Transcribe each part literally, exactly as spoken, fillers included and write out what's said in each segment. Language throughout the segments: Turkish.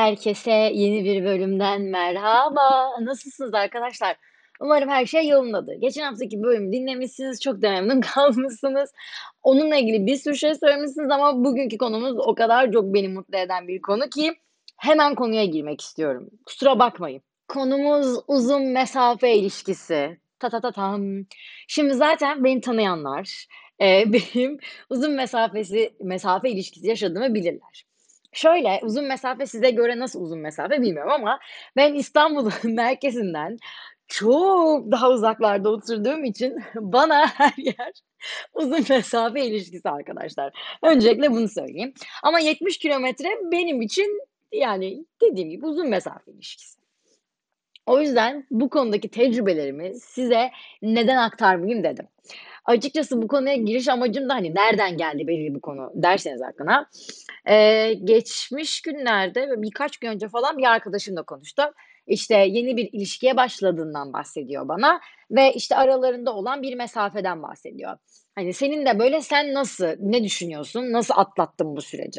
Herkese yeni bir bölümden merhaba. Nasılsınız arkadaşlar? Umarım her şey yolundadır. Geçen haftaki bölümü dinlemişsiniz, çok da memnun kalmışsınız. Onunla ilgili bir sürü şey söylemişsiniz ama bugünkü konumuz o kadar çok beni mutlu eden bir konu ki hemen konuya girmek istiyorum. Kusura bakmayın. Konumuz uzun mesafe ilişkisi. Ta ta ta tam. Şimdi zaten beni tanıyanlar, eee, benim uzun mesafesi mesafe ilişkisi yaşadığımı bilirler. Şöyle, uzun mesafe size göre nasıl uzun mesafe bilmiyorum ama ben İstanbul'un merkezinden çok daha uzaklarda oturduğum için bana her yer uzun mesafe ilişkisi arkadaşlar. Öncelikle bunu söyleyeyim. Ama yetmiş kilometre benim için yani dediğim gibi uzun mesafe ilişkisi. O yüzden bu konudaki tecrübelerimi size neden aktarmayayım dedim. Açıkçası bu konuya giriş amacım da hani nereden geldi belli bu konu derseniz aklına. Eee, geçmiş günlerde ve birkaç gün önce falan bir arkadaşımla konuştum. İşte yeni bir ilişkiye başladığından bahsediyor bana ve işte aralarında olan bir mesafeden bahsediyor. Hani senin de böyle sen nasıl, ne düşünüyorsun, nasıl atlattın bu süreci?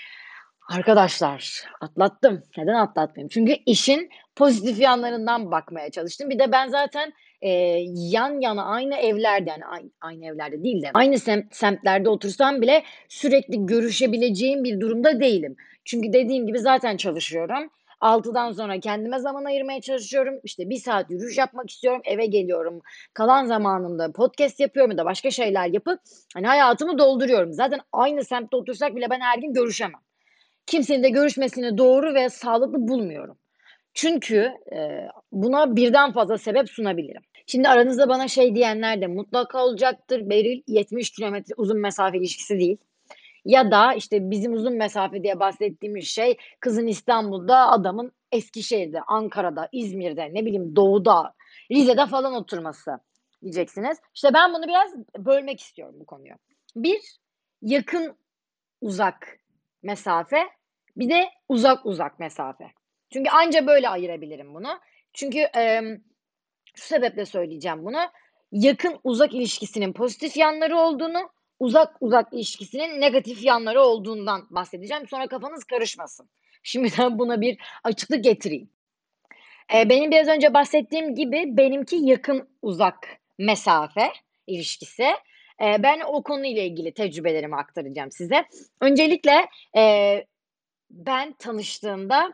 Arkadaşlar, atlattım. Neden atlatmayayım? Çünkü işin pozitif yanlarından bakmaya çalıştım. Bir de ben zaten, eee, yan yana aynı evlerde, yani ay aynı evlerde değil de aynı semt semtlerde otursam bile sürekli görüşebileceğim bir durumda değilim. Çünkü dediğim gibi zaten çalışıyorum. altıdan sonra kendime zaman ayırmaya çalışıyorum. İşte bir saat yürüyüş yapmak istiyorum, eve geliyorum. Kalan zamanımda podcast yapıyorum ya da başka şeyler yapıp, hani, hayatımı dolduruyorum. Zaten aynı semtte otursak bile ben her gün görüşemem. Kimsenin de görüşmesini doğru ve sağlıklı bulmuyorum. Çünkü, eee, buna birden fazla sebep sunabilirim. Şimdi aranızda bana şey diyenler de mutlaka olacaktır. Beril yetmiş kilometre uzun mesafe ilişkisi değil. Ya da, işte, bizim uzun mesafe diye bahsettiğimiz şey kızın İstanbul'da, adamın Eskişehir'de, Ankara'da, İzmir'de, ne bileyim Doğu'da, Rize'de falan oturması diyeceksiniz. İşte, ben bunu biraz bölmek istiyorum bu konuyu. Bir, yakın uzak mesafe, bir de uzak uzak mesafe. Çünkü anca böyle ayırabilirim bunu. Çünkü, emm, şu sebeple söyleyeceğim bunu. Yakın uzak ilişkisinin pozitif yanları olduğunu, uzak uzak ilişkisinin negatif yanları olduğundan bahsedeceğim. Sonra kafanız karışmasın. Şimdiden buna bir açıklık getireyim. Eee, benim biraz önce bahsettiğim gibi benimki yakın uzak mesafe ilişkisi. Eee, ben o konuyla ilgili tecrübelerimi aktaracağım size. Öncelikle, eee, ben tanıştığımda,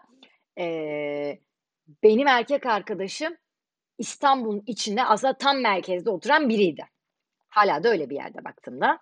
eee, benim erkek arkadaşım İstanbul'un içinde aslında tam merkezde oturan biriydi. Hâlâ da öyle bir yerde baktığımda.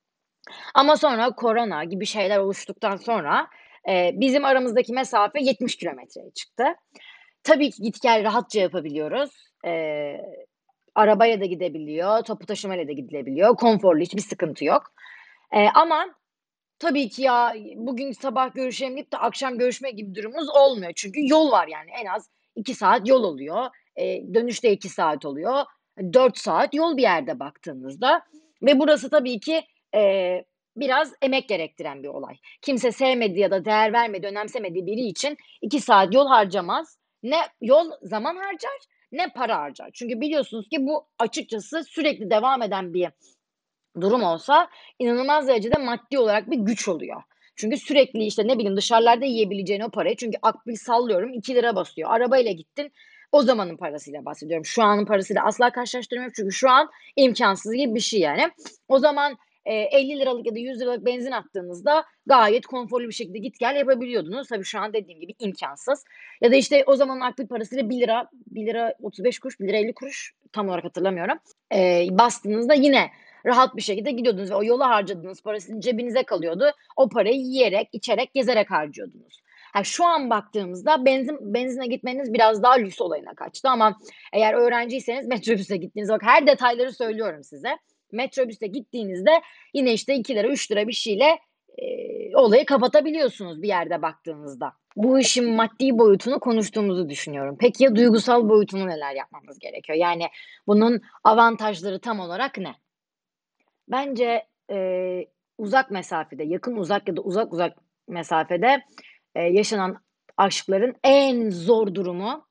Ama sonra korona gibi şeyler oluştuktan sonra, eee, bizim aramızdaki mesafe yetmiş kilometreye çıktı. Tabii ki git gel rahatça yapabiliyoruz. Eee, arabayla da gidebiliyor, toplu taşımayla da gidilebiliyor. Konforlu, hiçbir sıkıntı yok. Eee, ama tabii ki ya, bugün sabah görüşelim deyip de akşam görüşme gibi durumumuz olmuyor. Çünkü yol var yani en az iki saat yol oluyor. Eee, dönüş de iki saat oluyor. dört saat yol bir yerde baktığınızda ve burası tabii ki, eee, biraz emek gerektiren bir olay. Kimse sevmediği ya da değer vermediği, önemsemediği biri için iki saat yol harcamaz. Ne yol zaman harcar ne para harcar. Çünkü biliyorsunuz ki bu açıkçası sürekli devam eden bir durum olsa inanılmaz derecede maddi olarak bir güç oluyor. Çünkü sürekli, işte, ne bileyim, dışarılarda yiyebileceğin o parayı çünkü akbil sallıyorum iki lira basıyor. Arabayla gittin, o zamanın parasıyla bahsediyorum. Şu anın parasıyla asla karşılaştırmıyorum çünkü şu an imkânsız gibi bir şey yani. O zaman, eee, elli liralık ya da yüz liralık benzin attığınızda gayet konforlu bir şekilde git gel yapabiliyordunuz. Tabii şu an dediğim gibi imkânsız. Ya da, işte, o zamanın akbil parasıyla bir lira, bir lira otuz beş kuruş, bir lira elli kuruş tam olarak hatırlamıyorum. Eee, bastığınızda yine rahat bir şekilde gidiyordunuz ve o yola harcadığınız para sizin cebinize kalıyordu. O parayı yiyerek, içerek, gezerek harcıyordunuz. Ha, şu an baktığımızda benzin benzine gitmeniz biraz daha lüks olayına kaçtı ama eğer öğrenciyseniz metrobüse gittiğinizde bak her detayları söylüyorum size. Metrobüste gittiğinizde yine, işte, iki lira üç lira bir şeyle, eee, olayı kapatabiliyorsunuz bir yerde baktığınızda. Bu işin maddi boyutunu konuştuğumuzu düşünüyorum. Peki ya duygusal boyutunu neler yapmamız gerekiyor? Yani bunun avantajları tam olarak ne? Bence, eee, uzak mesafede, yakın uzak ya da uzak uzak mesafede, eee, yaşanan aşkların en zor durumu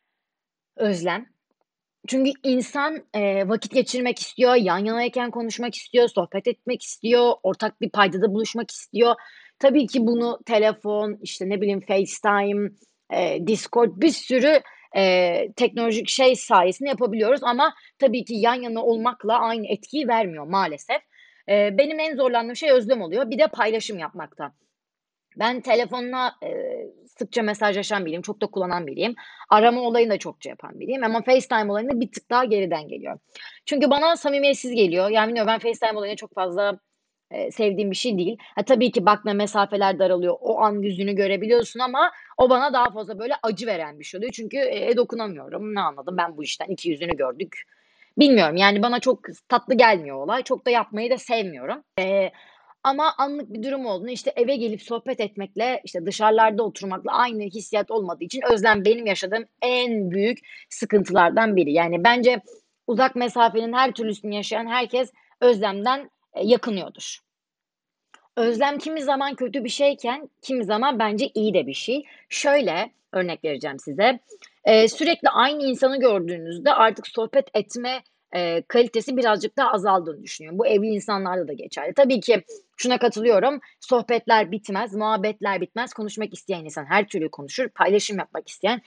özlem. Çünkü insan, eee, vakit geçirmek istiyor, yan yanayken konuşmak istiyor, sohbet etmek istiyor, ortak bir paydada buluşmak istiyor. Tabii ki bunu telefon, işte, ne bileyim, FaceTime, eee, Discord, bir sürü, eee, teknolojik şey sayesinde yapabiliyoruz ama tabii ki yan yana olmakla aynı etkiyi vermiyor maalesef. Eee, benim en zorlandığım şey özlem oluyor. Bir de paylaşım yapmakta. Ben telefonla, eee, sıkça mesajlaşan biriyim, çok da kullanan biriyim. Arama olayını da çokça yapan biriyim ama FaceTime olayında bir tık daha geriden geliyorum. Çünkü bana samimiyetsiz geliyor. Yani, bilmiyorum, ben FaceTime olayını çok fazla, eee, sevdiğim bir şey değil. Ha, tabii ki bakma, mesafeler daralıyor. O an yüzünü görebiliyorsun ama o bana daha fazla, böyle, acı veren bir şey oluyor. Çünkü, eee, dokunamıyorum. Ne anladım ben bu işten? İki yüzünü gördük. Bilmiyorum, yani, bana çok tatlı gelmiyor olay. Çok da yapmayı da sevmiyorum. Eee, ama anlık bir durum olduğunda, işte, eve gelip sohbet etmekle, işte, dışarılarda oturmakla aynı hissiyat olmadığı için özlem benim yaşadığım en büyük sıkıntılardan biri. Yani, bence uzak mesafenin her türlüsünü yaşayan herkes özlemden, eee, yakınıyordur. Özlem kimi zaman kötü bir şeyken kimi zaman bence iyi de bir şey. Şöyle, örnek vereceğim size. Eee, sürekli aynı insanı gördüğünüzde artık sohbet etme, eee, kalitesi birazcık daha azaldığını düşünüyorum. Bu evli insanlarda da geçerli. Tabii ki şuna katılıyorum, sohbetler bitmez, muhabbetler bitmez. Konuşmak isteyen insan her türlü konuşur. Paylaşım yapmak isteyen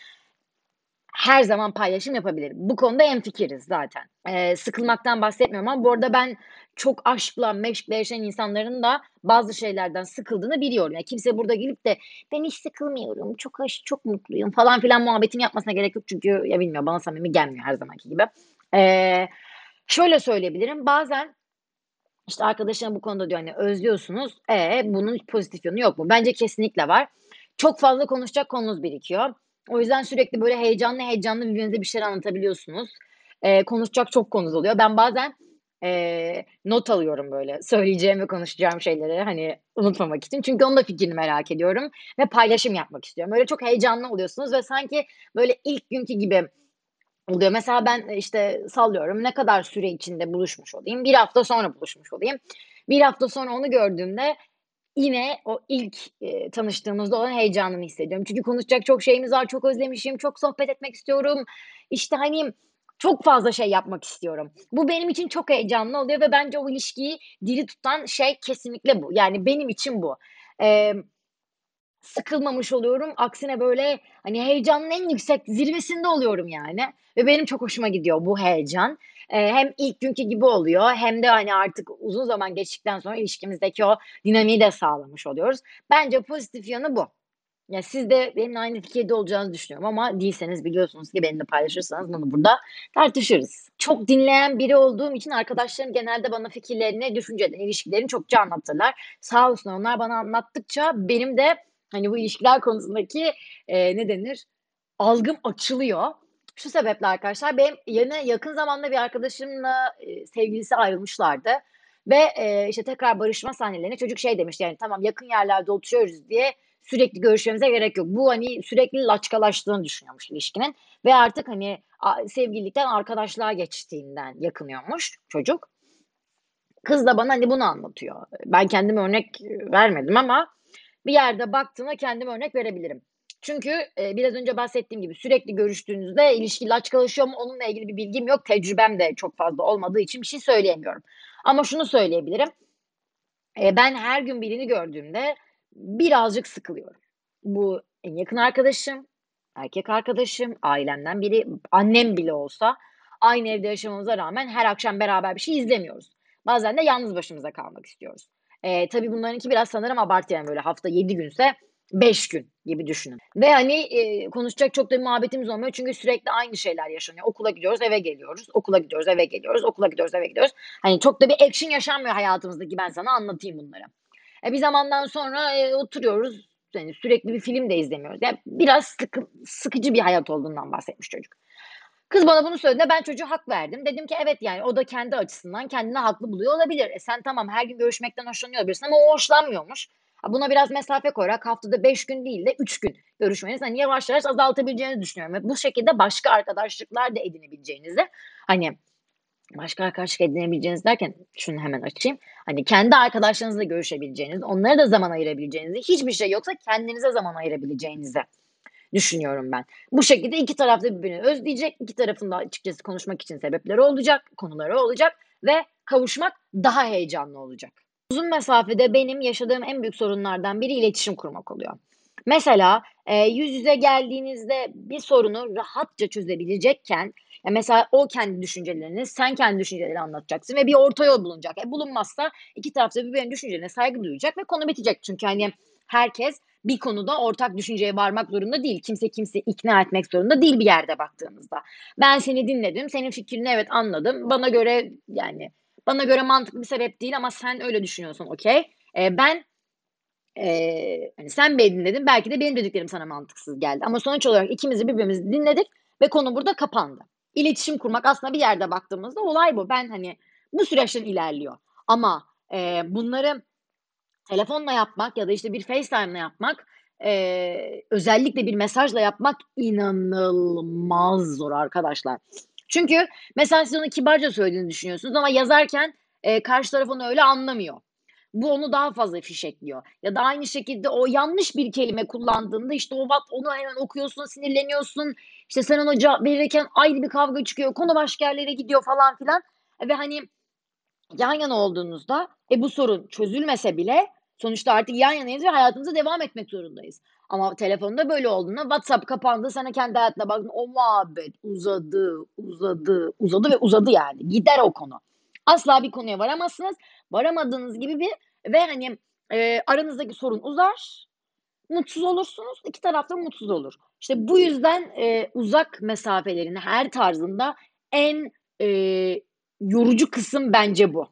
her zaman paylaşım yapabilir. Bu konuda hemfikiriz zaten. Eee, sıkılmaktan bahsetmiyorum ama bu arada ben çok aşkla meşkle yaşayan insanların da bazı şeylerden sıkıldığını biliyorum. Ya, kimse burada gelip de "Ben hiç sıkılmıyorum, çok aş çok mutluyum." falan filan muhabbetini yapmasına gerek yok çünkü ya bilmiyorum bana samimi gelmiyor her zamanki gibi. Eee, şöyle söyleyebilirim, bazen, işte, arkadaşlarım bu konuda diyor, hani, "Özlüyorsunuz, e, bunun pozitif yanı yok mu?" Bence kesinlikle var. Çok fazla konuşacak konunuz birikiyor. O yüzden sürekli böyle heyecanlı heyecanlı birbirinize bir şeyler anlatabiliyorsunuz. Eee, konuşacak çok konunuz oluyor. Ben bazen, eee, not alıyorum böyle söyleyeceğim ve konuşacağım şeyleri, hani, unutmamak için. Çünkü onun da fikrini merak ediyorum ve paylaşım yapmak istiyorum. Böyle çok heyecanlı oluyorsunuz ve sanki böyle ilk günkü gibi oluyor. Mesela ben, eee, işte, sallıyorum, ne kadar süre içinde buluşmuş olayım? Bir hafta sonra buluşmuş olayım. Bir hafta sonra onu gördüğümde yine o ilk, eee, tanıştığımızda olan heyecanımı hissediyorum. Çünkü konuşacak çok şeyimiz var, çok özlemişim, çok sohbet etmek istiyorum. İşte, hani, çok fazla şey yapmak istiyorum. Bu benim için çok heyecanlı oluyor ve bence o ilişkiyi diri tutan şey kesinlikle bu. Yani benim için bu. Emm Sıkılmamış oluyorum. Aksine, böyle, hani, heyecanın en yüksek zirvesinde oluyorum yani ve benim çok hoşuma gidiyor bu heyecan. Eee, hem ilk günkü gibi oluyor hem de, hani, artık uzun zaman geçtikten sonra ilişkimizdeki o dinamiği de sağlamış oluyoruz. Bence pozitif yanı bu. Ya, siz de benimle aynı fikirde olacağınızı düşünüyorum ama değilseniz biliyorsunuz ki benimle paylaşırsanız bunu burada tartışırız. Çok dinleyen biri olduğum için arkadaşlarım genelde bana fikirlerini, düşüncelerini, ilişkilerini çokça anlatırlar. Sağ olsunlar onlar bana anlattıkça benim de, hani, bu ilişkiler konusundaki, eee, ne denir, algım açılıyor. Şu sebeple arkadaşlar, benim yine yakın zamanda bir arkadaşımla, eee, sevgilisi ayrılmışlardı ve, eee, işte, tekrar barışma sahnelerinde çocuk şey demişti, yani, "Tamam, yakın yerlerde oturuyoruz diye sürekli görüşmemize gerek yok." Bu, hani, sürekli laçkalaştığını düşünüyormuş ilişkinin ve artık, hani, a sevgililikten arkadaşlığa geçtiğinden yakınıyormuş çocuk. Kız da bana, hani, bunu anlatıyor. Ben kendim örnek, eee, vermedim ama bir yerde baktığımda kendime örnek verebilirim. Çünkü, eee, biraz önce bahsettiğim gibi sürekli görüştüğünüzde ilişki laçkalaşıyor mu onunla ilgili bir bilgim yok. Tecrübem de çok fazla olmadığı için bir şey söyleyemiyorum. Ama şunu söyleyebilirim, eee, ben her gün birini gördüğümde birazcık sıkılıyorum. Bu en yakın arkadaşım, erkek arkadaşım, ailemden biri, annem bile olsa aynı evde yaşamamıza rağmen her akşam beraber bir şey izlemiyoruz. Bazen de yalnız başımıza kalmak istiyoruz. Eee, tabii bunlarınki biraz sanırım abartı, yani, böyle hafta yedi günse beş gün gibi düşünün ve, hani, eee, konuşacak çok da bir muhabbetimiz olmuyor çünkü sürekli aynı şeyler yaşanıyor. Okula gidiyoruz, eve geliyoruz, okula gidiyoruz, eve geliyoruz, okula gidiyoruz, eve gidiyoruz. Hani, çok da bir action yaşanmıyor hayatımızda ki ben sana anlatayım bunları. E, bir zamandan sonra, eee, oturuyoruz, hani, sürekli bir film de izlemiyoruz. Ya, biraz sıkı sıkıcı bir hayat olduğundan bahsetmiş çocuk. Kız bana bunu söylediğinde ben çocuğa hak verdim. Dedim ki evet, yani, o da kendi açısından kendini haklı buluyor olabilir. E, sen tamam her gün görüşmekten hoşlanıyor olabilirsin ama o hoşlanmıyormuş. A, buna biraz mesafe koyarak haftada beş gün değil de üç gün görüşmeniz, hani, yavaş yavaş azaltabileceğinizi düşünüyorum ve bu şekilde başka arkadaşlıklar da edinebileceğinizi, hani, başka arkadaşlık edinebileceğiniz derken şunu hemen açayım. Hani, kendi arkadaşlarınızla görüşebileceğiniz, onlara da zaman ayırabileceğinizi, hiçbir şey yoksa kendinize zaman ayırabileceğinizi düşünüyorum ben. Bu şekilde iki taraf da birbirini özleyecek, iki tarafın da açıkçası konuşmak için sebepleri olacak, konuları olacak ve kavuşmak daha heyecanlı olacak. Uzun mesafede benim yaşadığım en büyük sorunlardan biri iletişim kurmak oluyor. Mesela, eee, yüz yüze geldiğinizde bir sorunu rahatça çözebilecekken, ya, mesela o kendi düşüncelerini, sen kendi düşüncelerini anlatacaksın ve bir orta yol bulunacak. E, bulunmazsa iki taraf da birbirlerinin düşüncelerine saygı duyacak ve konu bitecek. Çünkü, hani, herkes bir konuda ortak düşünceye varmak zorunda değil. Kimse kimseyi ikna etmek zorunda değil bir yerde baktığımızda. Ben seni dinledim, senin fikrini evet anladım. Bana göre, yani, bana göre mantıklı bir sebep değil ama sen öyle düşünüyorsun, okay. Eee, ben, eee, hani, sen beni dinledin, belki de benim dediklerim sana mantıksız geldi ama sonuç olarak ikimiz de birbirimizi dinledik ve konu burada kapandı. İletişim kurmak aslında bir yerde baktığımızda olay bu. Ben, hani, bu süreçten ilerliyor ama, eee, bunları telefonla yapmak ya da, işte, bir FaceTime'la yapmak, eee, özellikle bir mesajla yapmak inanılmaz zor arkadaşlar. Çünkü mesela siz onu kibarca söylediğini düşünüyorsunuz ama yazarken, eee, karşı taraf onu öyle anlamıyor. Bu onu daha fazla fişekliyor ya da aynı şekilde o yanlış bir kelime kullandığında, işte, o vat onu hemen okuyorsun, sinirleniyorsun, işte, sen ona cevap verirken ayrı bir kavga çıkıyor, konu başka yerlere gidiyor falan filan ve, hani, yan yana olduğunuzda, e, bu sorun çözülmese bile sonuçta artık yan yanayız ve hayatımıza devam etmek zorundayız. Ama telefonda böyle olduğunda WhatsApp kapandı, sen de kendi hayatına baktın. O muhabbet uzadı, uzadı, uzadı ve uzadı yani. Gider o konu. Asla bir konuya varamazsınız. Varamadığınız gibi bir ve, hani, eee, aranızdaki sorun uzar, mutsuz olursunuz, iki taraf da mutsuz olur. İşte bu yüzden, eee, uzak mesafelerin her tarzında en, eee, yorucu kısım bence bu.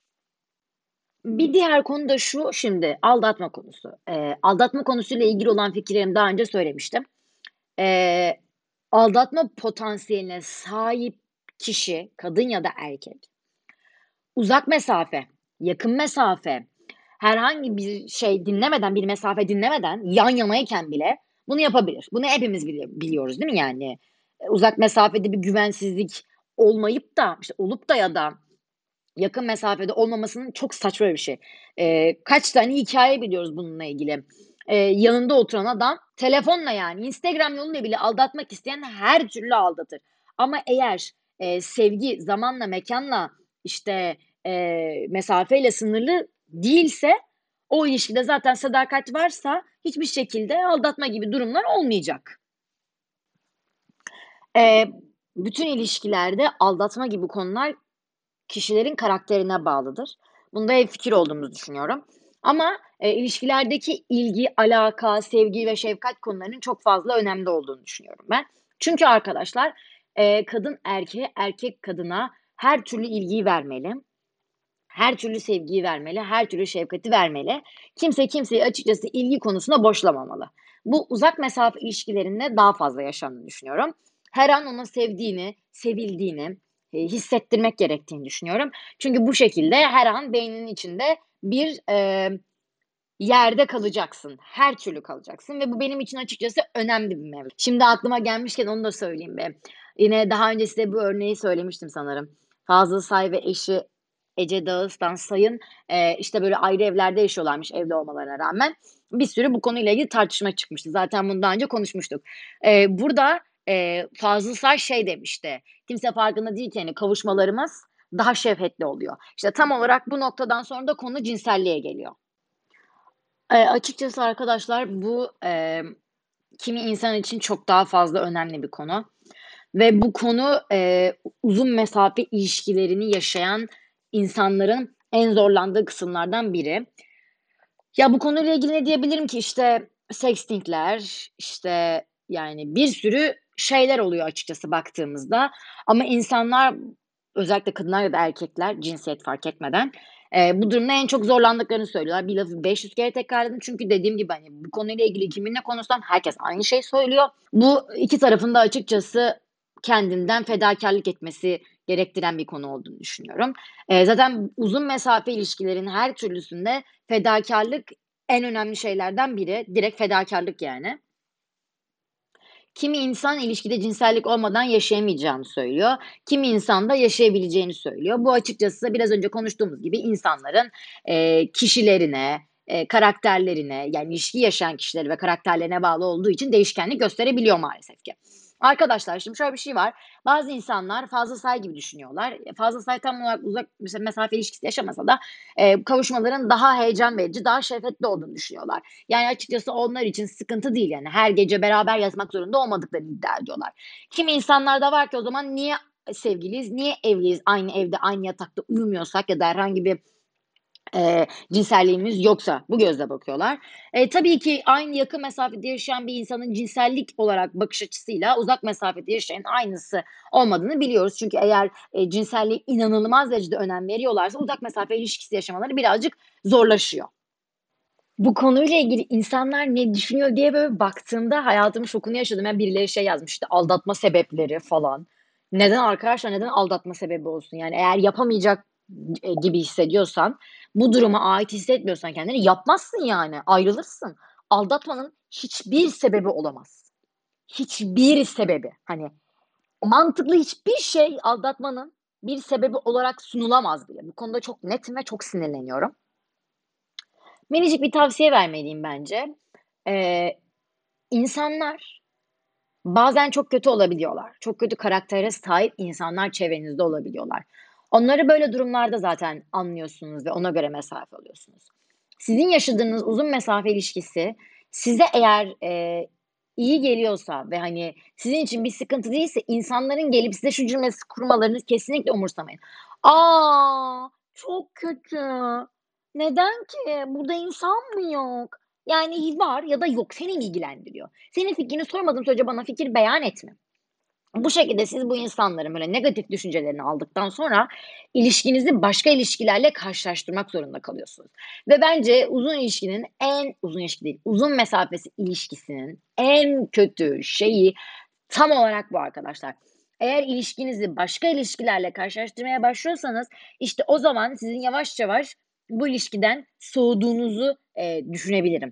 Bir diğer konu da şu, şimdi aldatma konusu. Eee, aldatma konusuyla ilgili olan fikirlerimi daha önce söylemiştim. Eee, aldatma potansiyeline sahip kişi, kadın ya da erkek, uzak mesafe, yakın mesafe, herhangi bir şey dinlemeden, bir mesafe dinlemeden yan yanayken bile bunu yapabilir. Bunu hepimiz bili biliyoruz, değil mi yani? Eee, uzak mesafede bir güvensizlik olmayıp da, işte, olup da ya da yakın mesafede olmamasının çok saçma bir şey. Eee, kaç tane hikâye biliyoruz bununla ilgili. Eee, yanında oturan adam telefonla, yani Instagram yoluyla bile aldatmak isteyen her türlü aldatır. Ama eğer, eee, sevgi zamanla, mekânla, işte, eee, mesafeyle sınırlı değilse o ilişkide zaten sadakat varsa hiçbir şekilde aldatma gibi durumlar olmayacak. Eee, bütün ilişkilerde aldatma gibi konular kişilerin karakterine bağlıdır. Bunda hemfikir olduğumuzu düşünüyorum. Ama, eee, ilişkilerdeki ilgi, alaka, sevgi ve şefkat konularının çok fazla önemli olduğunu düşünüyorum ben. Çünkü arkadaşlar, eee, kadın erkeğe, erkek kadına her türlü ilgiyi vermeli. Her türlü sevgiyi vermeli, her türlü şefkati vermeli. Kimse kimseyi açıkçası ilgi konusunda boşlamamalı. Bu uzak mesafe ilişkilerinde daha fazla yaşandığını düşünüyorum. Her an ona sevdiğini, sevildiğini, eee, hissettirmek gerektiğini düşünüyorum. Çünkü bu şekilde her an beyninin içinde bir, eee, yerde kalacaksın. Her türlü kalacaksın ve bu benim için açıkçası önemli bir mevzu. Şimdi aklıma gelmişken onu da söyleyeyim bir. Yine daha önce size bu örneği söylemiştim sanırım. Fazıl Say ve eşi Ece Dağıstan Say'ın, eee, işte, böyle ayrı evlerde yaşıyorlarmış evli olmalarına rağmen. Bir sürü bu konuyla ilgili tartışma çıkmıştı. Zaten bunu daha önce konuşmuştuk. Eee, burada, eee, Fazıl Say şey demişti, "Kimse farkında değil ki, hani, kavuşmalarımız daha şevhetli oluyor." İşte, tam olarak bu noktadan sonra da konu cinselliğe geliyor. Eee, açıkçası arkadaşlar bu, emm, kimi insan için çok daha fazla önemli bir konu ve bu konu, eee, uzun mesafe ilişkilerini yaşayan insanların en zorlandığı kısımlardan biri. Ya, bu konuyla ilgili ne diyebilirim ki? İşte, sexting'ler, işte, yani, bir sürü şeyler oluyor açıkçası baktığımızda ama insanlar, özellikle kadınlar ya da erkekler, cinsiyet fark etmeden, eee, bu durumda en çok zorlandıklarını söylüyorlar. Bir lafı beş yüz kere tekrarladım çünkü dediğim gibi, hani, bu konuyla ilgili kiminle konuşsam herkes aynı şeyi söylüyor. Bu iki tarafın da açıkçası kendinden fedakârlık etmesi gerektiren bir konu olduğunu düşünüyorum. Eee, zaten uzun mesafe ilişkilerin her türlüsünde fedakârlık en önemli şeylerden biri. Direkt fedakârlık yani. Kimi insan ilişkide cinsellik olmadan yaşayamayacağını söylüyor. Kimi insan da yaşayabileceğini söylüyor. Bu açıkçası biraz önce konuştuğumuz gibi insanların, eee, kişilerine, eee, karakterlerine, yani ilişki yaşayan kişileri ve karakterlerine bağlı olduğu için değişkenlik gösterebiliyor maalesef ki. Arkadaşlar şimdi şöyle bir şey var. Bazı insanlar fazla say gibi düşünüyorlar. E, fazla say tam olarak uzak mesela mesafe ilişkisi yaşamasa da, eee, kavuşmaların daha heyecan verici, daha şevkli olduğunu düşünüyorlar. Yani açıkçası onlar için sıkıntı değil yani. Her gece beraber yatmak zorunda olmadıklarını iddia ediyorlar. Kimi insanlar da var ki o zaman niye sevgiliyiz, niye evliyiz, aynı evde, aynı yatakta uyumuyorsak ya da herhangi bir Eee, cinselliğimiz yoksa bu gözle bakıyorlar. Eee, tabii ki aynı yakın mesafede yaşayan bir insanın cinsellik olarak bakış açısıyla uzak mesafede yaşayanın aynısı olmadığını biliyoruz. Çünkü eğer, eee, cinselliğe inanılmaz derecede önem veriyorlarsa uzak mesafe ilişkisi yaşamaları birazcık zorlaşıyor. Bu konuyla ilgili insanlar ne düşünüyor diye böyle baktığımda hayatımın şokunu yaşadım. Ya birileri şey yazmıştı, aldatma sebepleri falan. Neden arkadaşlar, neden aldatma sebebi olsun? Yani eğer yapamayacak e, gibi hissediyorsan, bu duruma ait hissetmiyorsan kendini yapmazsın yani, ayrılırsın. Aldatmanın hiçbir sebebi olamaz. Hiçbir sebebi. Hani mantıklı hiçbir şey aldatmanın bir sebebi olarak sunulamaz bile. Bu konuda çok netim ve çok sinirleniyorum. Minicik bir tavsiye vermeliyim bence. Eee, insanlar bazen çok kötü olabiliyorlar. Çok kötü karaktere sahip insanlar çevrenizde olabiliyorlar. Onları böyle durumlarda zaten anlıyorsunuz ve ona göre mesafe alıyorsunuz. Sizin yaşadığınız uzun mesafe ilişkisi size eğer, eee, iyi geliyorsa ve, hani, sizin için bir sıkıntı değilse insanların gelip size şu cümlesi kurmalarını kesinlikle umursamayın. "A! Çok kötü. Neden ki? Burada insan mı yok?" Yani var ya da yok. Seni ilgilendiriyor. Senin fikrini sormadığım sürece bana fikir beyan etme. Bu şekilde siz bu insanların böyle negatif düşüncelerini aldıktan sonra ilişkinizi başka ilişkilerle karşılaştırmak zorunda kalıyorsunuz. Ve bence uzun ilişkinin en uzun ilişki değil, uzun mesafesi ilişkisinin en kötü şeyi tam olarak bu arkadaşlar. Eğer ilişkinizi başka ilişkilerle karşılaştırmaya başlıyorsanız işte o zaman sizin yavaş yavaş bu ilişkiden soğuduğunuzu, eee, düşünebilirim.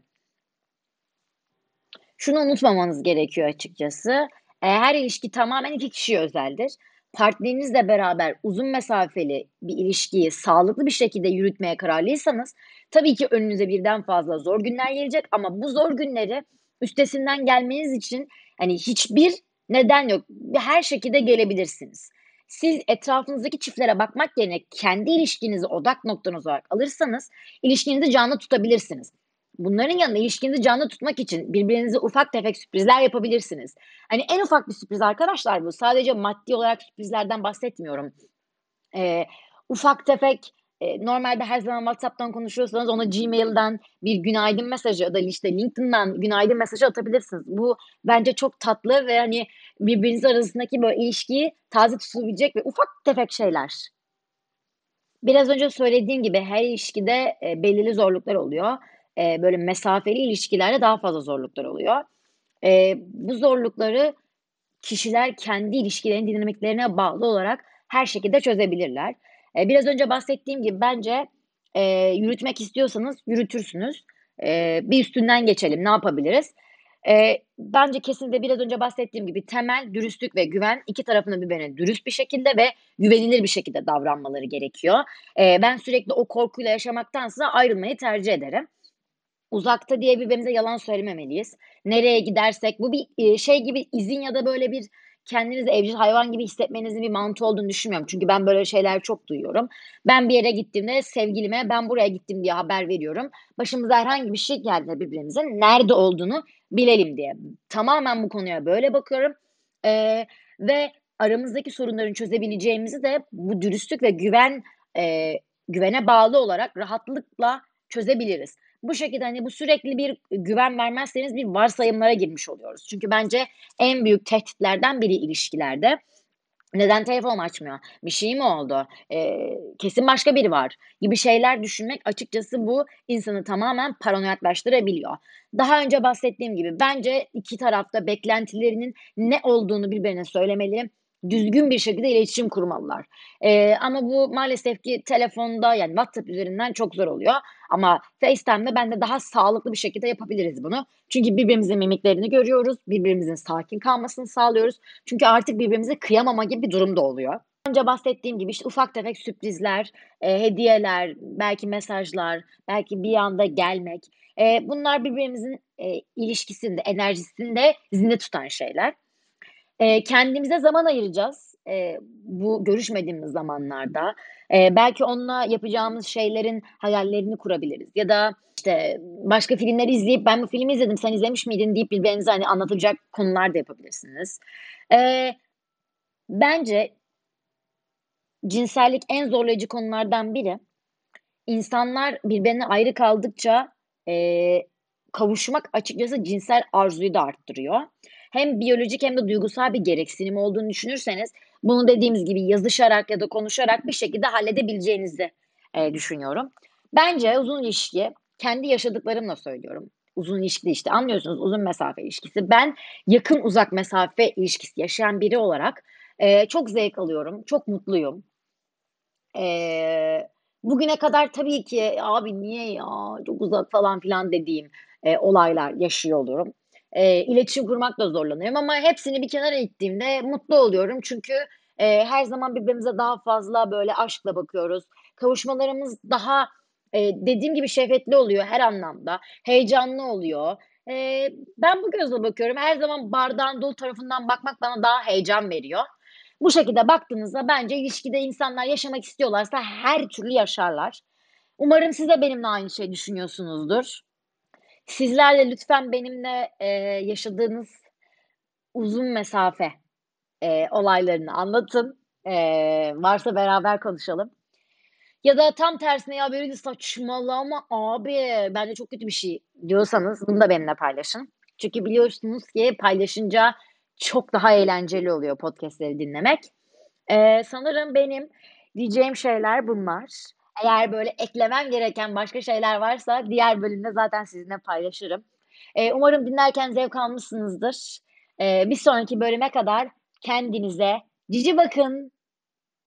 Şunu unutmamanız gerekiyor açıkçası. Eee, her ilişki tamamen iki kişiye özeldir. Partnerinizle beraber uzun mesafeli bir ilişkiyi sağlıklı bir şekilde yürütmeye kararlıysanız tabii ki önünüze birden fazla zor günler gelecek ama bu zor günleri üstesinden gelmeniz için, hani, hiçbir neden yok. Her şekilde gelebilirsiniz. Siz etrafınızdaki çiftlere bakmak yerine kendi ilişkinizi odak noktanız olarak alırsanız ilişkinizi canlı tutabilirsiniz. Bunların yanında ilişkinizi canlı tutmak için birbirinize ufak tefek sürprizler yapabilirsiniz. Hani en ufak bir sürpriz arkadaşlar bu. Sadece maddi olarak sürprizlerden bahsetmiyorum. Eee, ufak tefek, eee, normalde her zaman WhatsApp'tan konuşuyorsanız ona Gmail'den bir günaydın mesajı ya da işte LinkedIn'dan günaydın mesajı atabilirsiniz. Bu bence çok tatlı ve, hani, birbiriniz arasındaki böyle ilişkiyi taze tutabilecek ve ufak tefek şeyler. Biraz önce söylediğim gibi her ilişkide, eee, belirli zorluklar oluyor. Eee, böyle mesafeli ilişkilerde daha fazla zorluklar oluyor. Eee, bu zorlukları kişiler kendi ilişkilerinin dinamiklerine bağlı olarak her şekilde çözebilirler. Eee, biraz önce bahsettiğim gibi bence, eee, yürütmek istiyorsanız yürütürsünüz. Eee, bir üstünden geçelim, ne yapabiliriz? Eee, bence kesinlikle biraz önce bahsettiğim gibi temel dürüstlük ve güven, iki tarafın da birbirine dürüst bir şekilde ve güvenilir bir şekilde davranmaları gerekiyor. Eee, ben sürekli o korkuyla yaşamaktansa ayrılmayı tercih ederim. Uzakta diye birbirimize yalan söylememeliyiz. Nereye gidersek bu bir, eee, şey gibi izin ya da böyle bir kendinizi evcil hayvan gibi hissetmenizin bir mantığı olduğunu düşünmüyorum. Çünkü ben böyle şeyler çok duyuyorum. Ben bir yere gittiğimde sevgilime ben buraya gittim diye haber veriyorum. Başımıza herhangi bir şey geldiğinde birbirimizin nerede olduğunu bilelim diye. Tamamen bu konuya böyle bakıyorum, eee, ve aramızdaki sorunların çözebileceğimizi de bu dürüstlük ve güven, eee, güvene bağlı olarak rahatlıkla çözebiliriz. Bu şekilde, hani, bu sürekli bir güven vermezseniz bir varsayımlara girmiş oluyoruz. Çünkü bence en büyük tehditlerden biri ilişkilerde. Neden telefon açmıyor? Bir şey mi oldu? Eee, kesin başka biri var gibi şeyler düşünmek açıkçası bu insanı tamamen paranoyaklaştırabiliyor. Daha önce bahsettiğim gibi bence iki taraf da beklentilerinin ne olduğunu birbirine söylemeli, düzgün bir şekilde iletişim kurmalılar. Eee, ama bu maalesef ki telefonda, yani WhatsApp üzerinden çok zor oluyor ama FaceTime'da bence daha sağlıklı bir şekilde yapabiliriz bunu. Çünkü birbirimizin mimiklerini görüyoruz, birbirimizin sakin kalmasını sağlıyoruz. Çünkü artık birbirimize kıyamama gibi bir durum da oluyor. Önce bahsettiğim gibi, işte, ufak tefek sürprizler, eee, hediyeler, belki mesajlar, belki bir anda gelmek, eee, bunlar birbirimizin, eee, ilişkisini de enerjisini de zinde tutan şeyler. Eee, kendimize zaman ayıracağız, eee, bu görüşmediğimiz zamanlarda. Eee, belki onunla yapacağımız şeylerin hayallerini kurabiliriz ya da, işte, başka filmler izleyip "Ben bu filmi izledim, sen izlemiş miydin?" deyip birbirinize, hani, anlatacak konular da yapabilirsiniz. Eee, bence cinsellik en zorlayıcı konulardan biri. İnsanlar birbirine ayrı kaldıkça, eee, kavuşmak açıkçası cinsel arzuyu da arttırıyor. Hem biyolojik hem de duygusal bir gereksinim olduğunu düşünürseniz bunu dediğimiz gibi yazışarak ya da konuşarak bir şekilde halledebileceğinizi, eee, düşünüyorum. Bence uzun ilişki, kendi yaşadıklarımla söylüyorum. Uzun ilişki de işte anlıyorsunuz uzun mesafe ilişkisi. Ben yakın uzak mesafe ilişkisi yaşayan biri olarak, eee, çok zevk alıyorum, çok mutluyum. Eee, bugüne kadar tabii ki "Abi niye ya, çok uzak." falan filan dediğim, eee, olaylar yaşıyor oluyorum. Eee, iletişim kurmakla zorlanıyorum ama hepsini bir kenara ittiğimde mutlu oluyorum. Çünkü, eee, her zaman birbirimize daha fazla böyle aşkla bakıyoruz. Kavuşmalarımız daha, eee, dediğim gibi şehvetli oluyor her anlamda. Heyecanlı oluyor. Eee, ben bu gözle bakıyorum. Her zaman bardağın dolu tarafından bakmak bana daha heyecan veriyor. Bu şekilde baktığınızda bence ilişkide insanlar yaşamak istiyorlarsa her türlü yaşarlar. Umarım siz de benimle aynı şeyi düşünüyorsunuzdur. Sizler de lütfen benimle, eee, yaşadığınız uzun mesafe, eee, olaylarını anlatın. Eee, varsa beraber konuşalım. Ya da tam tersine "Ya, Beril saçmalama abi, bence çok kötü bir şey." diyorsanız bunu da benimle paylaşın. Çünkü biliyorsunuz ki paylaşınca çok daha eğlenceli oluyor podcast'leri dinlemek. Eee, sanırım benim diyeceğim şeyler bunlar. Eğer böyle eklemem gereken başka şeyler varsa diğer bölümde zaten sizinle paylaşırım. Eee, umarım dinlerken zevk almışsınızdır. Eee, bir sonraki bölüme kadar kendinize cici bakın.